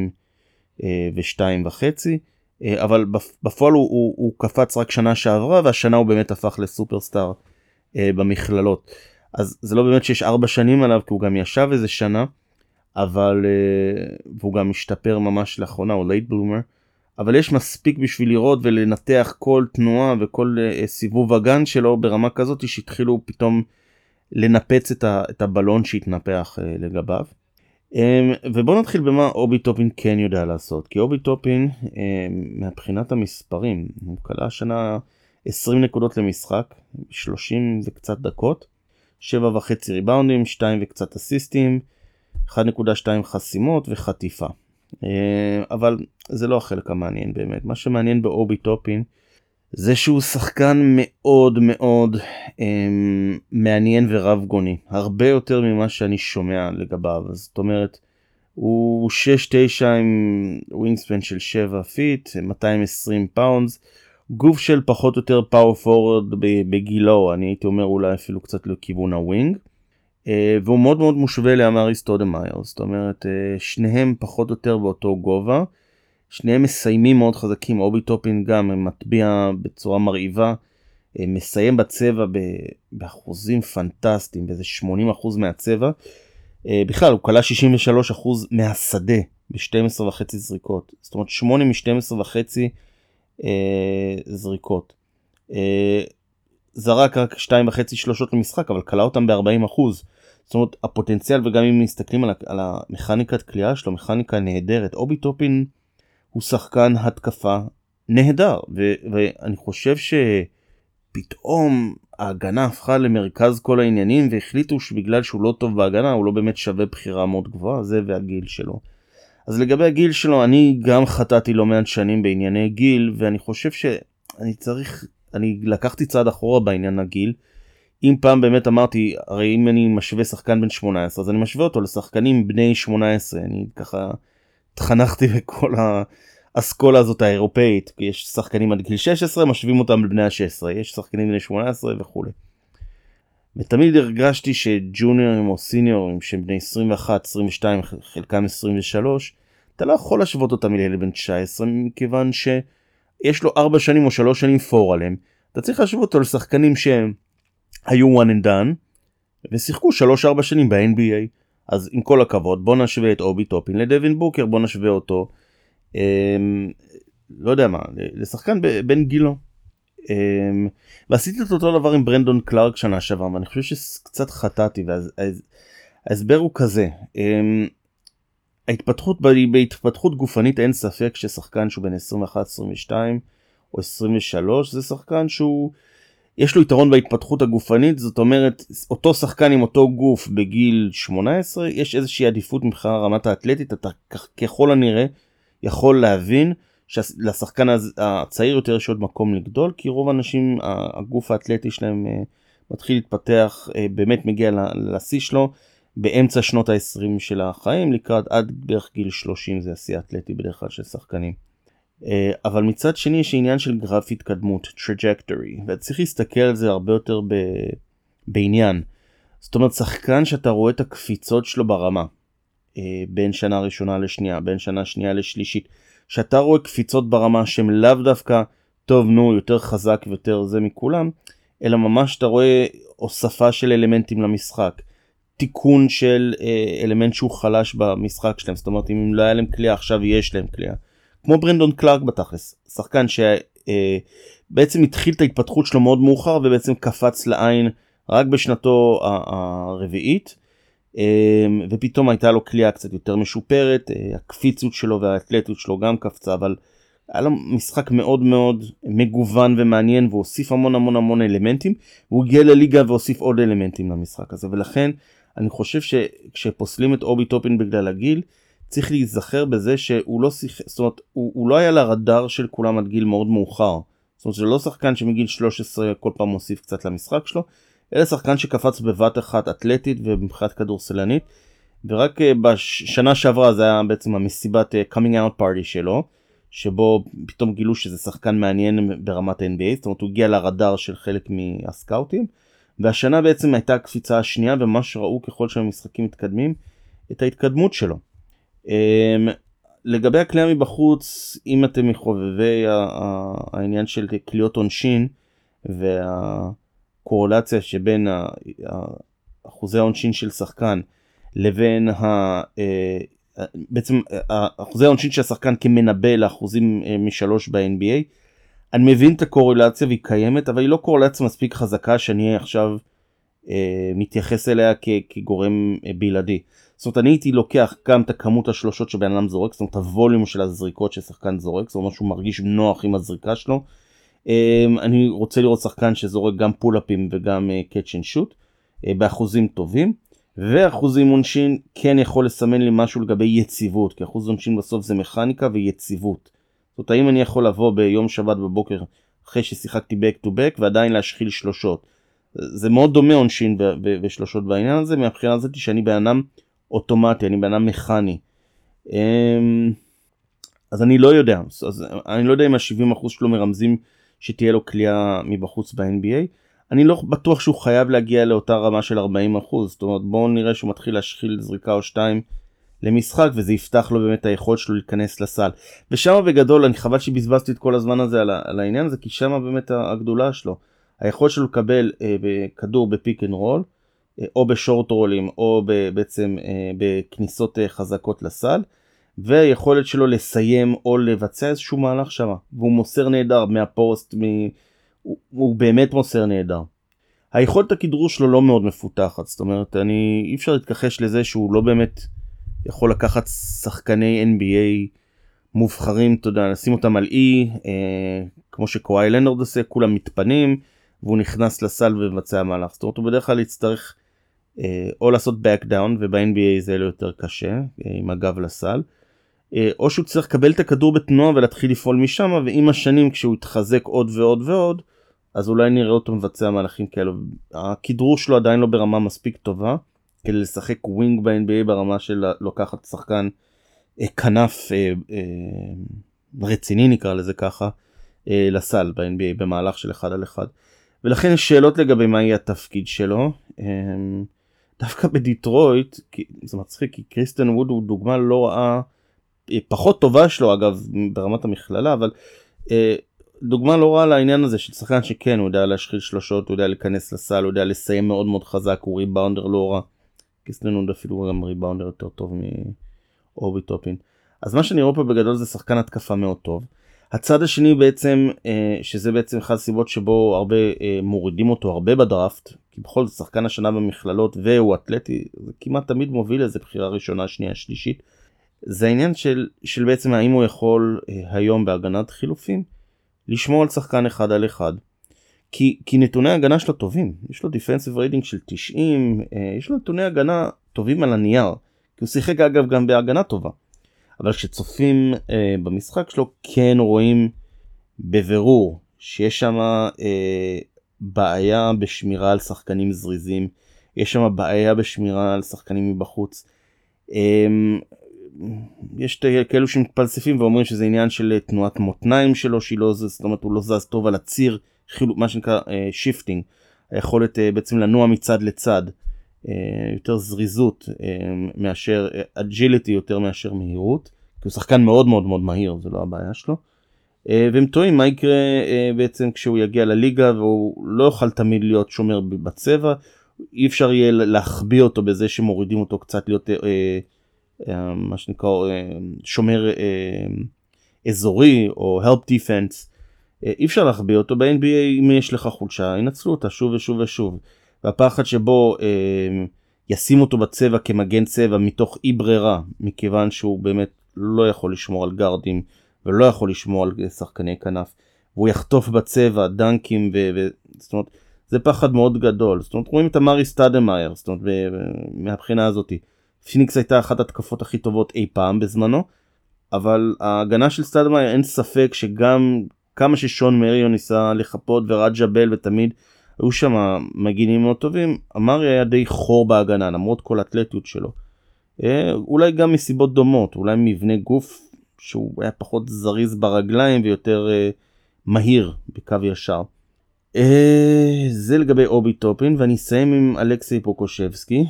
22 וחצי, אבל בפועל הוא קפץ רק שנה שעברה, והשנה הוא באמת הפך לסופרסטאר במכללות. אז זה לא באמת שיש 4 שנים עליו, כי הוא גם ישב איזה שנה, אבל, והוא גם משתפר ממש לאחרונה, הוא לייט בלומר, אבל יש מספיק בשביל לראות ולנתח כל תנועה וכל סיבוב הגן שלו ברמה כזאת, שהתחילו פתאום לנפץ את הבלון שהתנפח לגביו. ובואו נתחיל במה אובי טופין כן יודע לעשות, כי אובי טופין מבחינת המספרים, הוא קלה השנה 20 נקודות למשחק, 30 וקצת דקות, 7.5 ריבאונדים, 2 וקצת אסיסטים, 1.2 חסימות וחטיפה. אבל זה לא החלק המעניין באמת. מה שמעניין באובי טופין זה שהוא שחקן מאוד מאוד מעניין ורב גוני, הרבה יותר ממה שאני שומע לגביו. זאת אומרת, הוא 6-9 עם ווינגספן של 7 פיט, 220 פאונדס, גוף של פחות או יותר פאור פורוורד בגילו, אני הייתי אומר אולי אפילו קצת לכיוון הווינג, והוא מאוד מאוד מושווה לאמרי סטודמאייר. זאת אומרת, שניהם פחות או יותר באותו גובה, שניהם מסיימים מאוד חזקים. אובי טופין גם מטביע בצורה מרהיבה, מסיים בצבע באחוזים פנטסטיים, באיזה 80% מהצבע. בכלל הוא קלה 63% מהשדה ב-12.5 זריקות, זאת אומרת 8 מ-12.5 זריקות. זרק רק 2.5 שלושות למשחק, אבל קלה אותם ב-40%. זאת אומרת, הפוטנציאל, וגם אם מסתכלים על המכניקת קליעה שלו, מכניקה נהדרת. אובי טופין הוא שחקן התקפה נהדר, ואני חושב שפתאום ההגנה הפכה למרכז כל העניינים, והחליטו שבגלל שהוא לא טוב בהגנה, הוא לא באמת שווה בחירה מאוד גבוהה, זה והגיל שלו. אז לגבי הגיל שלו, אני גם חטאתי לא מעט שנים בענייני גיל, ואני חושב אני לקחתי צעד אחורה בעניין הגיל. אם פעם באמת אמרתי, הרי אם אני משווה שחקן בן 18, אז אני משווה אותו לשחקנים בני 18, אני ככה התחנכתי בכל האסכולה הזאת האירופאית, כי יש שחקנים עד גיל 16, משווים אותם לבני ה-16, יש שחקנים בני 18 וכו'. ותמיד הרגשתי שג'וניורים או סיניורים שהם בני 21, 22, חלקם 23, אתה לא יכול להשוות אותם לילד בן 19, מכיוון שיש לו 4 שנים או 3 שנים פור עליהם. אתה צריך להשוות אותו לשחקנים שהם היו one and done, ושיחקו 3-4 שנים ב-NBA. אז עם כל הכבוד, בוא נשווה את אובי טופין לדווין בוקר, בוא נשווה אותו, לא יודע מה, לשחקן בן גילו. ועשיתי את אותו דבר עם ברנדון קלארק שנה שעברה, ואני חושב שקצת חטאתי, וההסבר הוא כזה. בהתפתחות גופנית אין ספק ששחקן שהוא בין 21-22, או 23, זה שחקן שהוא, יש לו יתרון בהתפתחות הגופנית, זאת אומרת, אותו שחקן עם אותו גוף בגיל 18, יש איזושהי עדיפות מבחינת רמת האתלטית, אתה ככל הנראה יכול להבין שלשחקן הצעיר יותר יש עוד מקום לגדול, כי רוב האנשים, הגוף האתלטי שלהם מתחיל להתפתח, באמת מגיע לשיא שלו, באמצע שנות ה-20 של החיים, לקראת עד בערך גיל 30, זה השיא האתלטי בדרך כלל של שחקנים. אבל מצד שני יש עניין של גרף התקדמות, trajectory, וצריך להסתכל על זה הרבה יותר בעניין. זאת אומרת, שחקן שאתה רואה את הקפיצות שלו ברמה, בין שנה ראשונה לשנייה, בין שנה שנייה לשלישית, שאתה רואה קפיצות ברמה שהם לאו דווקא טוב, נו, יותר חזק ויותר זה מכולם, אלא ממש אתה רואה הוספה של אלמנטים למשחק, תיקון של אלמנט שהוא חלש במשחק שלהם, זאת אומרת, אם לא היה להם קליעה, עכשיו יש להם קליעה. כמו ברנדון קלארק בתכלס, שחקן שבעצם התחיל את ההתפתחות שלו מאוד מאוחר, ובעצם קפץ לעין רק בשנתו הרביעית, ופתאום הייתה לו קליעה קצת יותר משופרת, הקפיצות שלו והאתלטיות שלו גם קפצה, אבל היה לו משחק מאוד מאוד מגוון ומעניין, והוא הוסיף המון המון המון אלמנטים, והוא הגיע לליגה והוסיף עוד אלמנטים למשחק הזה, ולכן אני חושב שכשפוסלים את אובי טופין בגלל הגיל, צריך להיזכר בזה שהוא לא שיחק, זאת אומרת, הוא לא היה לרדאר של כולם עד גיל מאוד מאוחר. זאת אומרת, זה לא שחקן שמגיל 13 כל פעם מוסיף קצת למשחק שלו, אלא שחקן שקפץ בבת אחת אתלטית ומבחינת כדורסלנית, ורק בשנה שעברה זה היה בעצם המסיבת coming out party שלו, שבו פתאום גילו שזה שחקן מעניין ברמת ה-NBA, זאת אומרת, הוא הגיע לרדאר של חלק מהסקאוטים, והשנה בעצם הייתה הקפיצה השנייה, ומה שראו ככל שהמשחקים מתקדמים, את ההתקדמות שלו. לגבי הקליעה מבחוץ, אם אתם מחובבי העניין של קליעות עונשין והקורלציה שבין אחוזי העונשין של שחקן לבין בעצם אחוזי העונשין של השחקן כמנבא לאחוזים משלוש ב-NBA, אני מבין את הקורלציה והיא קיימת, אבל היא לא קורלציה מספיק חזקה שאני עכשיו מתייחס אליה כגורם בלעדי. זאת אומרת, אני הייתי לוקח גם את הכמות השלושות שבן אדם זורק, זאת אומרת, הווליום של הזריקות ששחקן זורק, זאת אומרת, שהוא מרגיש נוח עם הזריקה שלו. אני רוצה לראות שחקן שזורק גם פול-אפים וגם catch and shoot, באחוזים טובים, ואחוזים עונשין כן יכול לסמן לי משהו לגבי יציבות, כי אחוז עונשין בסוף זה מכניקה ויציבות. זאת אומרת, האם אני יכול לבוא ביום שבת בבוקר, אחרי ששיחקתי back to back, ועדיין להשחיל שלושות. זה מאוד דומה עונשין ושלושות בעניין הזה, מהבחינה הזאת שאני באנם אוטומטי, אני באנם מכני. אז אני לא יודע, אני לא יודע אם ה-70% שלו מרמזים שתהיה לו קליעה מבחוץ ב-NBA, אני לא בטוח שהוא חייב להגיע לאותה רמה של 40%, זאת אומרת בואו נראה שהוא מתחיל להשחיל זריקה או שתיים למשחק, וזה יפתח לו באמת היכולת שלו להיכנס לסל. ושם בגדול, אני חבל שבזבזתי את כל הזמן הזה על העניין הזה, כי שם באמת הגדולה שלו, היכולת שלו לקבל כדור בפיק אנד רול, או בשורט רולים, או בעצם בכניסות חזקות לסל, והיכולת שלו לסיים או לבצע איזשהו מהלך שם, והוא מוסר נהדר מהפוסט, הוא באמת מוסר נהדר. היכולת הכדרור שלו לא מאוד מפותחת, זאת אומרת, אי אפשר להתכחש לזה שהוא לא באמת יכול לקחת שחקני NBA מובחרים, אתה יודע, נשים אותם על אי, כמו שקוואי לנארד עושה, כולם מתפנים, והוא נכנס לסל ומבצע מהלך. זאת אומרת, הוא בדרך כלל יצטרך או לעשות back down, וב-NBA זה לא יותר קשה, עם הגב לסל, או שהוא צריך לקבל את הכדור בתנועה ולהתחיל לפעול משם, ועם השנים כשהוא יתחזק עוד ועוד ועוד, אז אולי נראה אותו מבצע מהלכים כאלו. הכדרור שלו עדיין לא ברמה מספיק טובה, כדי לשחק ווינג ב-NBA ברמה של לוקחת שחקן כנף רציני נקרא לזה ככה, לסל ב-NBA במהלך של 1 על 1. ולכן יש שאלות לגבי מה יהיה התפקיד שלו. דווקא בדיטרויט, זה מצחיק, כי קריסטן ווד הוא דוגמה לא רעה, פחות טובה שלו אגב ברמת המכללה, אבל דוגמה לא רעה לעניין הזה של שחקן שכן, הוא יודע להשחיל שלושות, הוא יודע להיכנס לסל, הוא יודע לסיים מאוד מאוד חזק, הוא ריבאונדר לא רע. קריסטן ווד אפילו גם ריבאונדר יותר טוב מאובי טופין. אז מה שאני רואה פה בגדול זה שחקן התקפה מאוד טוב. הצד השני בעצם, שזה בעצם אחד הסיבות שבו הרבה מורידים אותו הרבה בדראפט, כי בכל זאת שחקן השנה במכללות והוא אתלטי, זה כמעט תמיד מוביל איזה בחירה ראשונה, שנייה, שלישית. זה העניין של בעצם האם הוא יכול היום בהגנת חילופים לשמור על שחקן אחד על אחד. כי נתוני הגנה שלו טובים, יש לו דיפנסיב רייטינג של 90, יש לו נתוני הגנה טובים על הנייר, כי הוא שיחק אגב גם בהגנה טובה. אבל כשצופים במשחק שלו כן רואים בבירור שיש שם בעיה בשמירה על שחקנים זריזים, יש שם בעיה בשמירה על שחקנים מבחוץ. יש כאלו שמתפלספים ואומרים שזה עניין של תנועת מותניים שלו, זאת אומרת הוא לא זז טוב על הציר, מה שנקרא שיפטינג, היכולת בעצם לנוע מצד לצד, יותר זריזות מאשר אג'יליטי יותר מאשר מהירות, כי הוא שחקן מאוד מאוד מאוד מהיר, זה לא הבעיה שלו. והם טועים מה יקרה בעצם כשהוא יגיע לליגה, והוא לא יוכל תמיד להיות שומר בצבע, אי אפשר יהיה להחביא אותו בזה שמורידים אותו קצת להיות מה שנקרא שומר אזורי או help defense. אי אפשר להחביא אותו ב-NBA, אם יש לך חולשה ינצלו אותה שוב ושוב ושוב, והפחד שבו ישים אותו בצבע כמגן צבע מתוך אי ברירה, מכיוון שהוא באמת לא יכול לשמור על גארדים ולא יכול לשמור על שחקני כנף, והוא יחטוף בצבע דנקים זאת אומרת זה פחד מאוד גדול. זאת אומרת רואים את אמרי סטאדמאייר, זאת אומרת מהבחינה הזאת פיניקס הייתה אחת התקפות הכי טובות אי פעם בזמנו, אבל ההגנה של סטאדמאייר אין ספק שגם כמה ששון מריון ניסה לחפות ורג'ה בל ותמיד היו שם מגינים מאוד טובים, אמרי היה די חור בהגנה למרות כל האתלטיות שלו, אולי גם מסיבות דומות, אולי מבנה גוף שהוא היה פחות זריז ברגליים ויותר מהיר בקו ישר. זה לגבי אובי טופין, ואני אסיים עם אלכסי פוקושבסקי,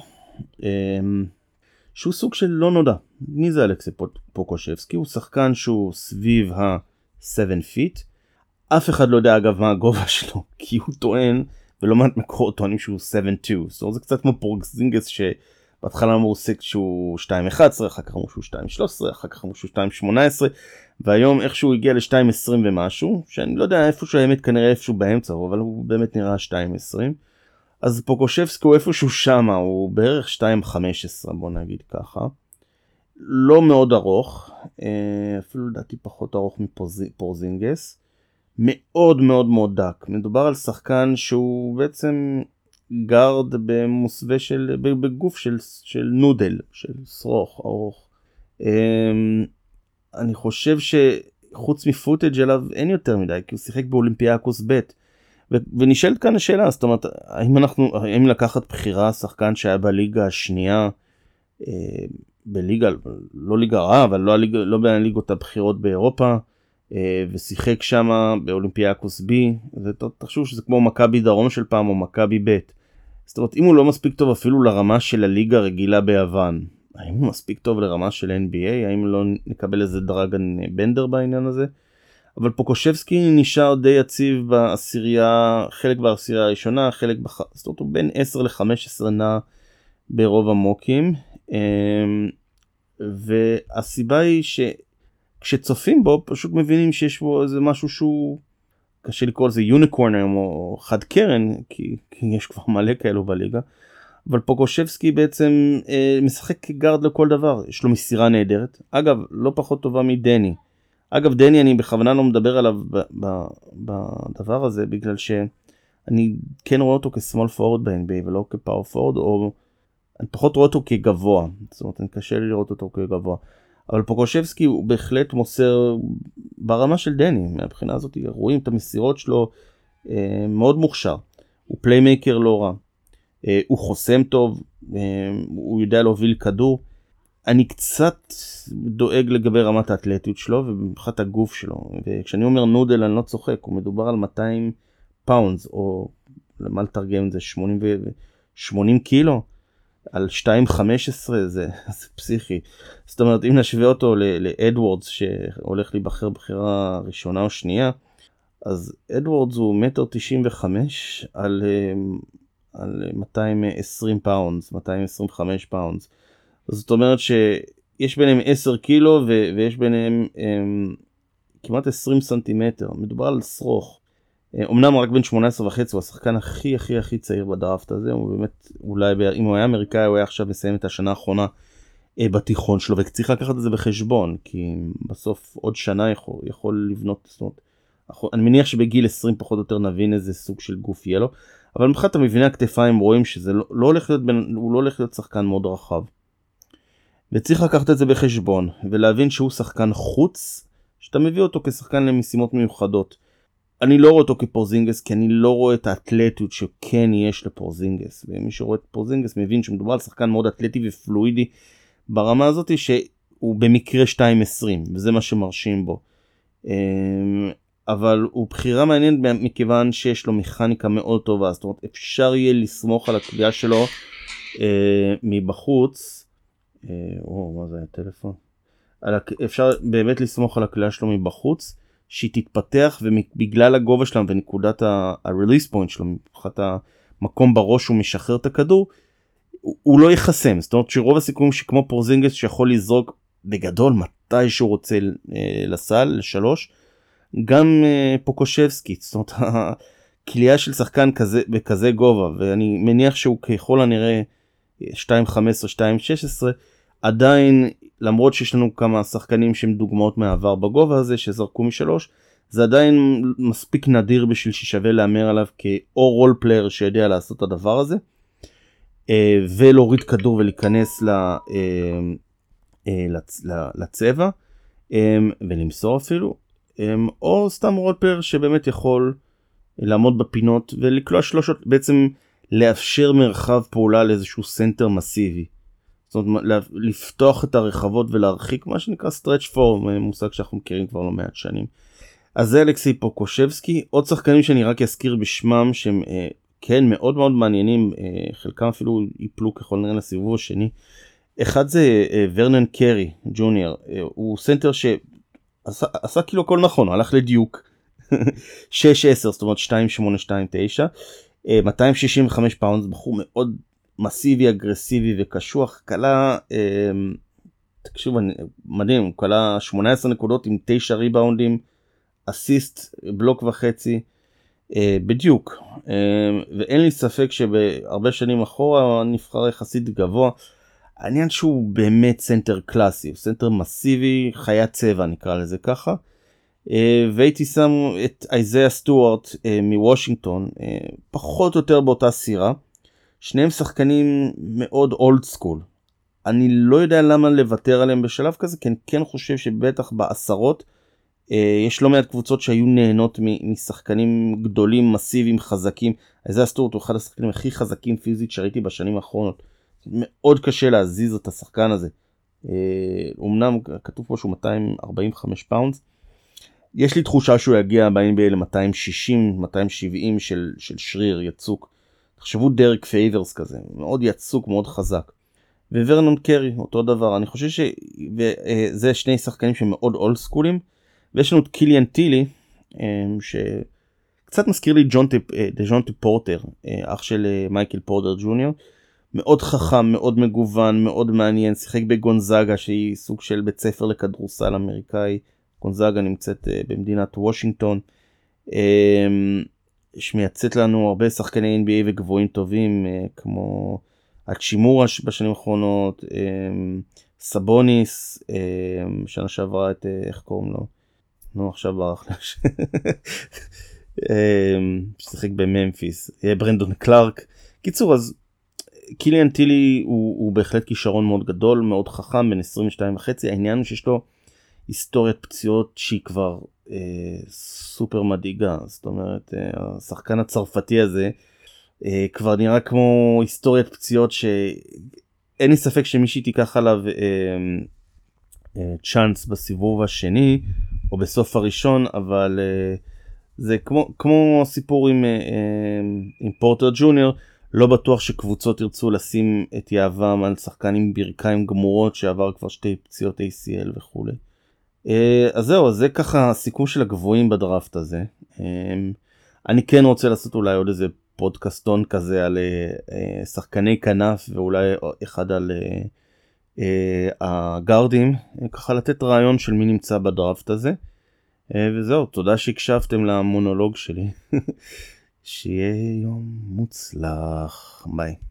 שהוא סוג של לא נודע. מי זה אלכסי פוקושבסקי? הוא שחקן שהוא סביב ה-7 feet, אף אחד לא יודע אגב מה הגובה שלו, כי הוא טוען, ולא מעט מקורות טוענים שהוא 7'2", זאת אומרת זה קצת כמו פורקזינגס שבהתחלה אמרו שהוא 2'11", אחר כך אמרו שהוא 2'13", אחר כך אמרו שהוא 2'18", והיום איכשהו הגיע ל-2'20 ומשהו, שאני לא יודע איפשהו האמת כנראה איפשהו באמצע, אבל הוא באמת נראה 2'20", אז פוקושבסקי הוא איפשהו שמה, הוא בערך 2'15", בוא נגיד ככה, לא מאוד ארוך, אפילו לדעתי פחות ארוך מפורזינגס, מאוד מאוד מאוד דק. מדובר על שחקן שהוא בעצם גארד במוסווה בגוף של נודל, של שרוך ארוך. אני חושב שחוץ מפוטג' עליו אין יותר מדי, כי הוא שיחק באולימפיאקוס ב', ונשאלת כאן השאלה, זאת אומרת, האם לקחת בחירה שחקן שהיה בליגה השנייה, בליגה, לא ליגה רעה, אבל לא בליגות הבחירות באירופה, ושיחק שם באולימפיאקוס בי, ותחשוב שזה כמו מכבי דרום של פעם או מכבי ב'. זאת אומרת, אם הוא לא מספיק טוב אפילו לרמה של הליגה הרגילה ביוון, האם הוא מספיק טוב לרמה של NBA? האם לא נקבל איזה דרגן בנדר בעניין הזה? אבל פוקושבסקי נשאר די יציב בעשירייה, חלק בעשירייה הראשונה, חלק זאת אומרת, הוא בין 10 ל-15 נע ברוב המוקים, והסיבה היא כשצופים בו פשוט מבינים שיש בו איזה משהו שהוא קשה לקרוא לזה יוניקורן או חד קרן, כי יש כבר מלא כאלו בליגה, אבל פוקושבסקי בעצם משחק כגארד לכל דבר, יש לו מסירה נהדרת, אגב לא פחות טובה מדני. אגב דני אני בכוונה לא מדבר עליו בדבר הזה, בגלל שאני כן רואה אותו כסמול פורד ב-NBA ולא כפאור פורד, או אני פחות רואה אותו כגבוה, זאת אומרת אני קשה לי לראות אותו כגבוה, אבל פוקושבסקי הוא בהחלט מוסר ברמה של דני, מהבחינה הזאת רואים את המסירות שלו, מאוד מוכשר, הוא פליימייקר לא רע, הוא חוסם טוב, הוא יודע להוביל כדור, אני קצת דואג לגבי רמת האתלטיות שלו ובמיוחד הגוף שלו, וכשאני אומר נודל אני לא צוחק, הוא מדובר על 200 פאונדס, או למה לתרגם את זה, 80 קילו, על 2.15 זה פסיכי. זאת אומרת, אם נשווה אותו לאדוורדס שהולך להיבחר בחירה ראשונה או שנייה, אז אדוורדס הוא 1.95 על 220 פאונדס, 225 פאונדס. זאת אומרת שיש ביניהם 10 קילו ויש ביניהם כמעט 20 סנטימטר. מדובר על שרוך. אמנם רק בן 18 וחצי, הוא השחקן הכי צעיר בדראפט הזה, הוא באמת, אולי אם הוא היה אמריקאי, הוא היה עכשיו מסיים את השנה האחרונה בתיכון שלו, וצריך לקחת את זה בחשבון, כי בסוף עוד שנה יכול לבנות, זאת אומרת, אני מניח שבגיל 20 פחות או יותר נבין איזה סוג של גוף יהיה לו, אבל מבחינת המבנה הכתפיים רואים שזה לא הולך להיות, הוא לא הולך להיות שחקן מאוד רחב. וצריך לקחת את זה בחשבון, ולהבין שהוא שחקן חוץ, שאתה מביא אותו כשחקן למשימות מיוחדות. אני לא רואה אותו כפורזינגס, כי אני לא רואה את האתלטיות שכן יש לפורזינגס. ומי שרואה את פורזינגס מבין שמדובר על שחקן מאוד אתלטי ופלואידי, ברמה הזאת שהוא במקרה 2.20, וזה מה שמרשים בו. אבל הוא בחירה מעניינת מכיוון שיש לו מכניקה מאוד טובה, זאת אומרת אפשר יהיה לסמוך על הקביעה שלו מבחוץ. מה זה הטלפון? אפשר באמת לסמוך על הקביעה שלו מבחוץ, שהיא תתפתח, ובגלל הגובה שלהם ונקודת ה-release point שלו, מבחינת המקום בראש הוא משחרר את הכדור, הוא לא יחסם. זאת אומרת שרוב הסיכויים שכמו פורזינגס שיכול לזרוק בגדול מתי שהוא רוצה לסל, לשלוש, גם פוקושבסקי, זאת אומרת הכלייה של שחקן כזה, בכזה גובה, ואני מניח שהוא ככל הנראה 2.15, 2.16, עדיין, למרות שיש לנו כמה שחקנים שהם דוגמאות מהעבר בגובה הזה, שזרקו משלוש, זה עדיין מספיק נדיר בשביל ששווה לאמר עליו כאו רול פלייר שיודע לעשות את הדבר הזה, ולהוריד כדור ולהיכנס לצבע, ולמסור אפילו, או סתם רול פלייר שבאמת יכול לעמוד בפינות ולקלוע שלושות, בעצם לאפשר מרחב פעולה לאיזשהו סנטר מסיבי. זאת אומרת, לפתוח את הרחבות ולהרחיק, מה שנקרא stretch four, מושג שאנחנו מכירים כבר לא מעט שנים. אז זה אלכסי פוקושבסקי. עוד שחקנים שאני רק אזכיר בשמם, שהם כן מאוד מאוד מעניינים, חלקם אפילו ייפלו ככל נראה לסיבוב השני. אחד זה ורנן קרי ג'וניור, הוא סנטר שעשה כאילו הכל נכון, הוא הלך לדיוק 6-10, זאת אומרת 2.8-2.9, 265 פאונד, בחור מאוד מסיבי, אגרסיבי וקשוח, קלה, תקשיב, מדהים, הוא קלה 18 נקודות עם 9 ריבאונדים, אסיסט, בלוק וחצי, בדיוק, ואין לי ספק שבהרבה שנים אחורה נבחר יחסית גבוה. העניין שהוא באמת סנטר קלאסי, הוא סנטר מסיבי, חיית צבע נקרא לזה ככה, והייתי שם את איזיה סטוארט מוושינגטון, פחות או יותר באותה סירה, שניהם שחקנים מאוד אולד סקול. אני לא יודע למה לוותר עליהם בשלב כזה, כי אני כן חושב שבטח בעשרות, יש לא מעט קבוצות שהיו נהנות משחקנים גדולים, מסיביים, חזקים. איזיה סטוארט הוא אחד השחקנים הכי חזקים פיזית שראיתי בשנים האחרונות. מאוד קשה להזיז את השחקן הזה. אמנם כתוב פה שהוא 245 פאונד. יש לי תחושה שהוא יגיע ב-NBA ל-260, 270 של שריר, יצוק. תחשבו דרק פייברס כזה, מאוד יצוק, מאוד חזק. וורנון קרי, אותו דבר. אני חושב שזה שני שחקנים שמאוד אולד סקולים. ויש לנו את קיליאן טילי, שקצת מזכיר לי דז'ונטה פורטר, אח של מייקל פורטר ג'וניור. מאוד חכם, מאוד מגוון, מאוד מעניין. שיחק בגונזאגה, שהיא סוג של בית ספר לכדורסל אמריקאי. גונזאגה נמצאת במדינת וושינגטון. שמייצאת לנו הרבה שחקני NBA וגבוהים טובים, כמו הצ'ימורה בשנים האחרונות, סבוניס, שנה שעברה את, איך קוראים לו? נו, עכשיו ברח לי. ששיחק בממפיס. ברנדון קלארק. קיצור, אז קיליאן טילי הוא בהחלט כישרון מאוד גדול, מאוד חכם, בן 22.5. העניין הוא שיש לו היסטוריית פציעות שהיא כבר סופר מדאיגה. זאת אומרת, השחקן הצרפתי הזה כבר נראה כמו היסטוריית פציעות שאין לי ספק שמישהי תיקח עליו צ'אנס בסיבוב השני או בסוף הראשון, אבל זה כמו סיפור עם פורטר ג'וניור. לא בטוח שקבוצות ירצו לשים את יהבם על שחקן עם ברכיים גמורות שעבר כבר 2 פציעות ACL וכו'. אז זהו, זה ככה הסיכום של הגבוהים בדראפט הזה. אני כן רוצה לעשות אולי עוד איזה פודקאסטון כזה על שחקני כנף, ואולי אחד על הגארדים, ככה לתת רעיון של מי נמצא בדראפט הזה. וזהו, תודה שהקשבתם למונולוג שלי. שיהיה יום מוצלח. ביי.